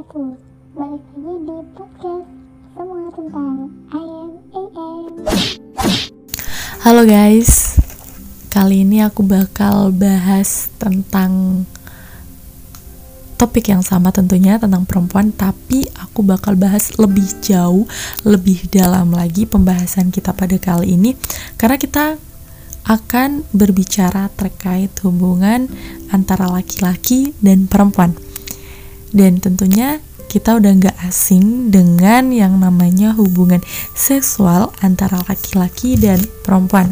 wabarakatuh. Balik lagi di podcast Semua Tentang IM. Halo guys, kali ini aku bakal bahas tentang topik yang sama tentunya, tentang perempuan, tapi aku bakal bahas lebih jauh, lebih dalam lagi pembahasan kita pada kali ini, karena kita akan berbicara terkait hubungan antara laki-laki dan perempuan. Dan tentunya kita udah gak asing dengan yang namanya hubungan seksual antara laki-laki dan perempuan.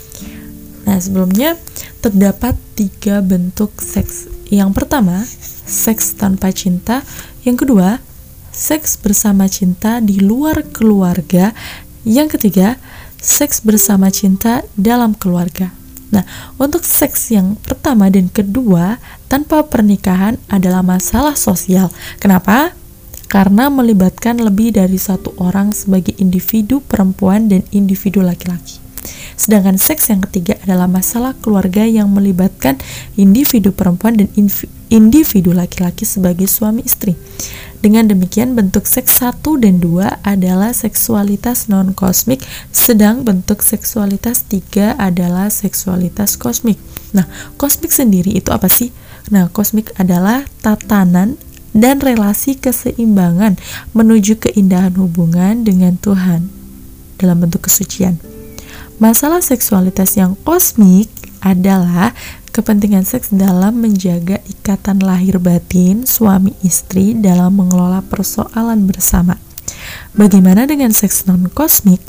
Nah, sebelumnya terdapat 3 bentuk seks. Yang pertama, seks tanpa cinta. Yang kedua, seks bersama cinta di luar keluarga. Yang ketiga, seks bersama cinta dalam keluarga. Nah, untuk seks yang pertama dan kedua tanpa pernikahan adalah masalah sosial. Kenapa? Karena melibatkan lebih dari satu orang sebagai individu perempuan dan individu laki-laki. Sedangkan seks yang ketiga adalah masalah keluarga yang melibatkan individu perempuan dan individu laki-laki sebagai suami istri. Dengan demikian, bentuk seks 1 dan 2 adalah seksualitas non-kosmik, sedang bentuk seksualitas 3 adalah seksualitas kosmik. Nah, kosmik sendiri itu apa sih? Nah, kosmik adalah tatanan dan relasi keseimbangan menuju keindahan hubungan dengan Tuhan dalam bentuk kesucian. Masalah seksualitas yang kosmik adalah kepentingan seks dalam menjaga ikatan lahir batin suami istri dalam mengelola persoalan bersama. Bagaimana dengan seks non-kosmik?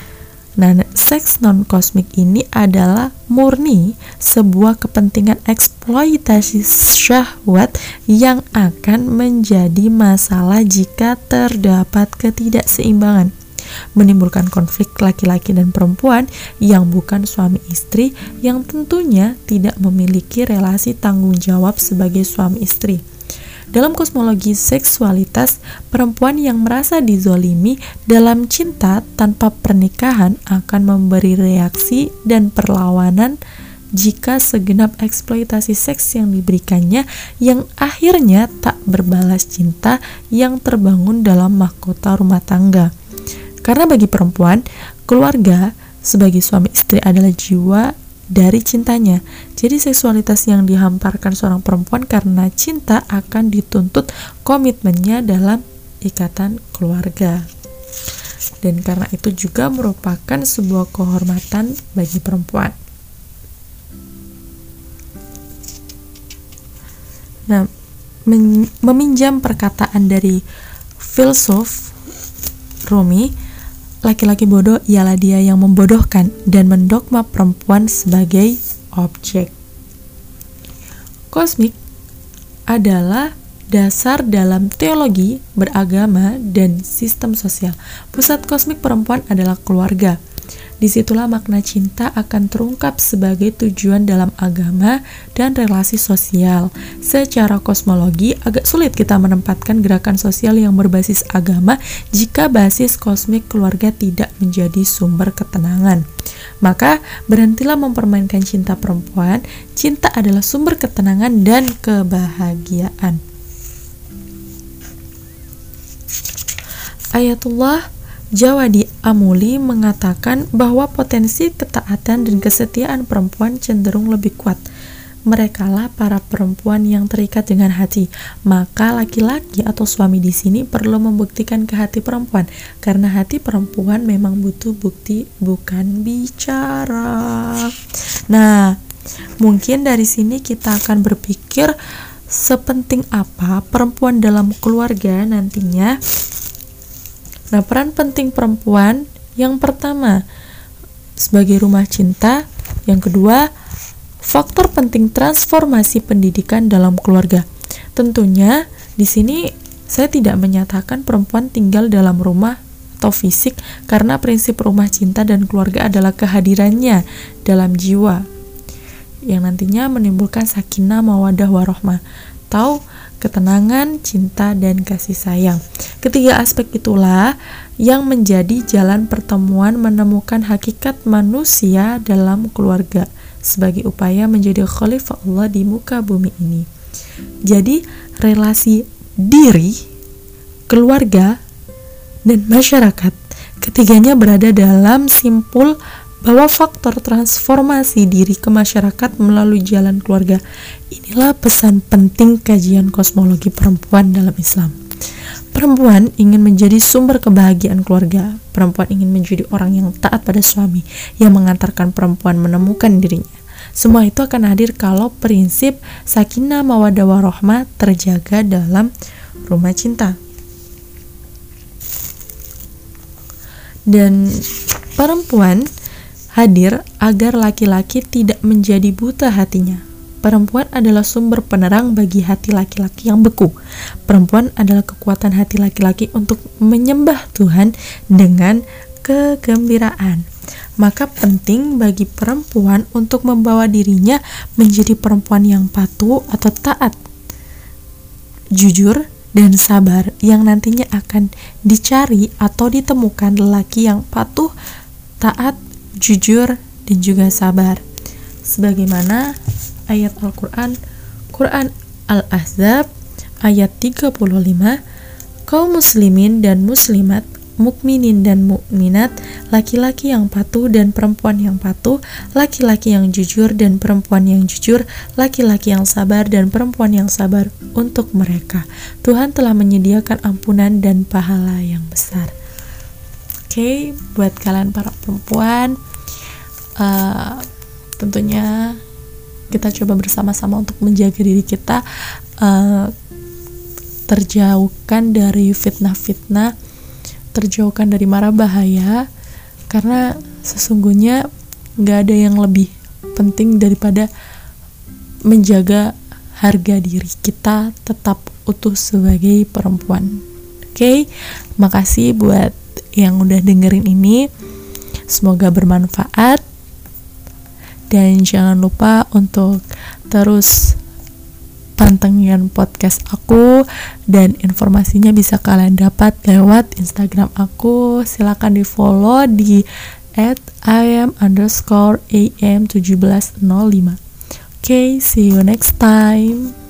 Nah, seks non-kosmik ini adalah murni sebuah kepentingan eksploitasi syahwat yang akan menjadi masalah jika terdapat ketidakseimbangan, menimbulkan konflik laki-laki dan perempuan yang bukan suami istri yang tentunya tidak memiliki relasi tanggung jawab sebagai suami istri. Dalam kosmologi seksualitas, perempuan yang merasa dizolimi dalam cinta tanpa pernikahan akan memberi reaksi dan perlawanan jika segenap eksploitasi seks yang diberikannya yang akhirnya tak berbalas cinta yang terbangun dalam mahkota rumah tangga. Karena bagi perempuan, keluarga sebagai suami istri adalah jiwa dari cintanya. Jadi seksualitas yang dihamparkan seorang perempuan karena cinta akan dituntut komitmennya dalam ikatan keluarga. Dan karena itu juga merupakan sebuah kehormatan bagi perempuan. Nah, meminjam perkataan dari filsuf Rumi, laki-laki bodoh ialah dia yang membodohkan dan mendogma perempuan sebagai objek. Kosmik adalah dasar dalam teologi, beragama, dan sistem sosial. Pusat kosmik perempuan adalah keluarga. Disitulah makna cinta akan terungkap sebagai tujuan dalam agama dan relasi sosial. Secara kosmologi, agak sulit kita menempatkan gerakan sosial yang berbasis agama jika basis kosmik keluarga tidak menjadi sumber ketenangan. Maka, berhentilah mempermainkan cinta perempuan. Cinta adalah sumber ketenangan dan kebahagiaan. Ayatullah Jawadi Amuli mengatakan bahwa potensi ketaatan dan kesetiaan perempuan cenderung lebih kuat. Merekalah para perempuan yang terikat dengan hati. Maka laki-laki atau suami di sini perlu membuktikan ke hati perempuan, karena hati perempuan memang butuh bukti, bukan bicara. Nah, mungkin dari sini kita akan berpikir sepenting apa perempuan dalam keluarga nantinya. Nah, peran penting perempuan yang pertama sebagai rumah cinta, yang kedua faktor penting transformasi pendidikan dalam keluarga. Tentunya di sini saya tidak menyatakan perempuan tinggal dalam rumah atau fisik, karena prinsip rumah cinta dan keluarga adalah kehadirannya dalam jiwa yang nantinya menimbulkan sakinah, mawaddah, warahmah, atau ketenangan, cinta, dan kasih sayang. Ketiga aspek itulah yang menjadi jalan pertemuan menemukan hakikat manusia dalam keluarga sebagai upaya menjadi khalifah Allah di muka bumi ini. Jadi relasi diri keluarga, dan masyarakat. Ketiganya berada dalam simpul bahwa faktor transformasi diri ke masyarakat melalui jalan keluarga. Inilah pesan penting kajian kosmologi perempuan dalam Islam. Perempuan ingin menjadi sumber kebahagiaan keluarga. Perempuan ingin menjadi orang yang taat pada suami, yang mengantarkan perempuan menemukan dirinya. Semua itu akan hadir kalau prinsip sakinah mawaddah warahmah terjaga dalam rumah cinta. Dan perempuan hadir agar laki-laki tidak menjadi buta hatinya. Perempuan adalah sumber penerang bagi hati laki-laki yang beku. Perempuan adalah kekuatan hati laki-laki untuk menyembah Tuhan dengan kegembiraan. Maka penting bagi perempuan untuk membawa dirinya menjadi perempuan yang patuh atau taat, jujur, dan sabar, yang nantinya akan dicari atau ditemukan lelaki yang patuh, taat, jujur, dan juga sabar. Sebagaimana ayat Al-Quran, Quran Al-Ahzab ayat 35, kaum muslimin dan muslimat, mukminin dan mukminat, laki-laki yang patuh dan perempuan yang patuh, laki-laki yang jujur dan perempuan yang jujur, laki-laki yang sabar dan perempuan yang sabar, untuk mereka Tuhan telah menyediakan ampunan dan pahala yang besar. Oke, buat kalian para perempuan, tentunya kita coba bersama-sama untuk menjaga diri kita, terjauhkan dari fitnah-fitnah, terjauhkan dari mara bahaya, karena sesungguhnya gak ada yang lebih penting daripada menjaga harga diri kita tetap utuh sebagai perempuan. Oke, makasih buat yang udah dengerin ini, semoga bermanfaat, dan jangan lupa untuk terus pantengin podcast aku, dan informasinya bisa kalian dapat lewat Instagram aku. Silakan di follow di @iam_am1705. Okay, see you next time.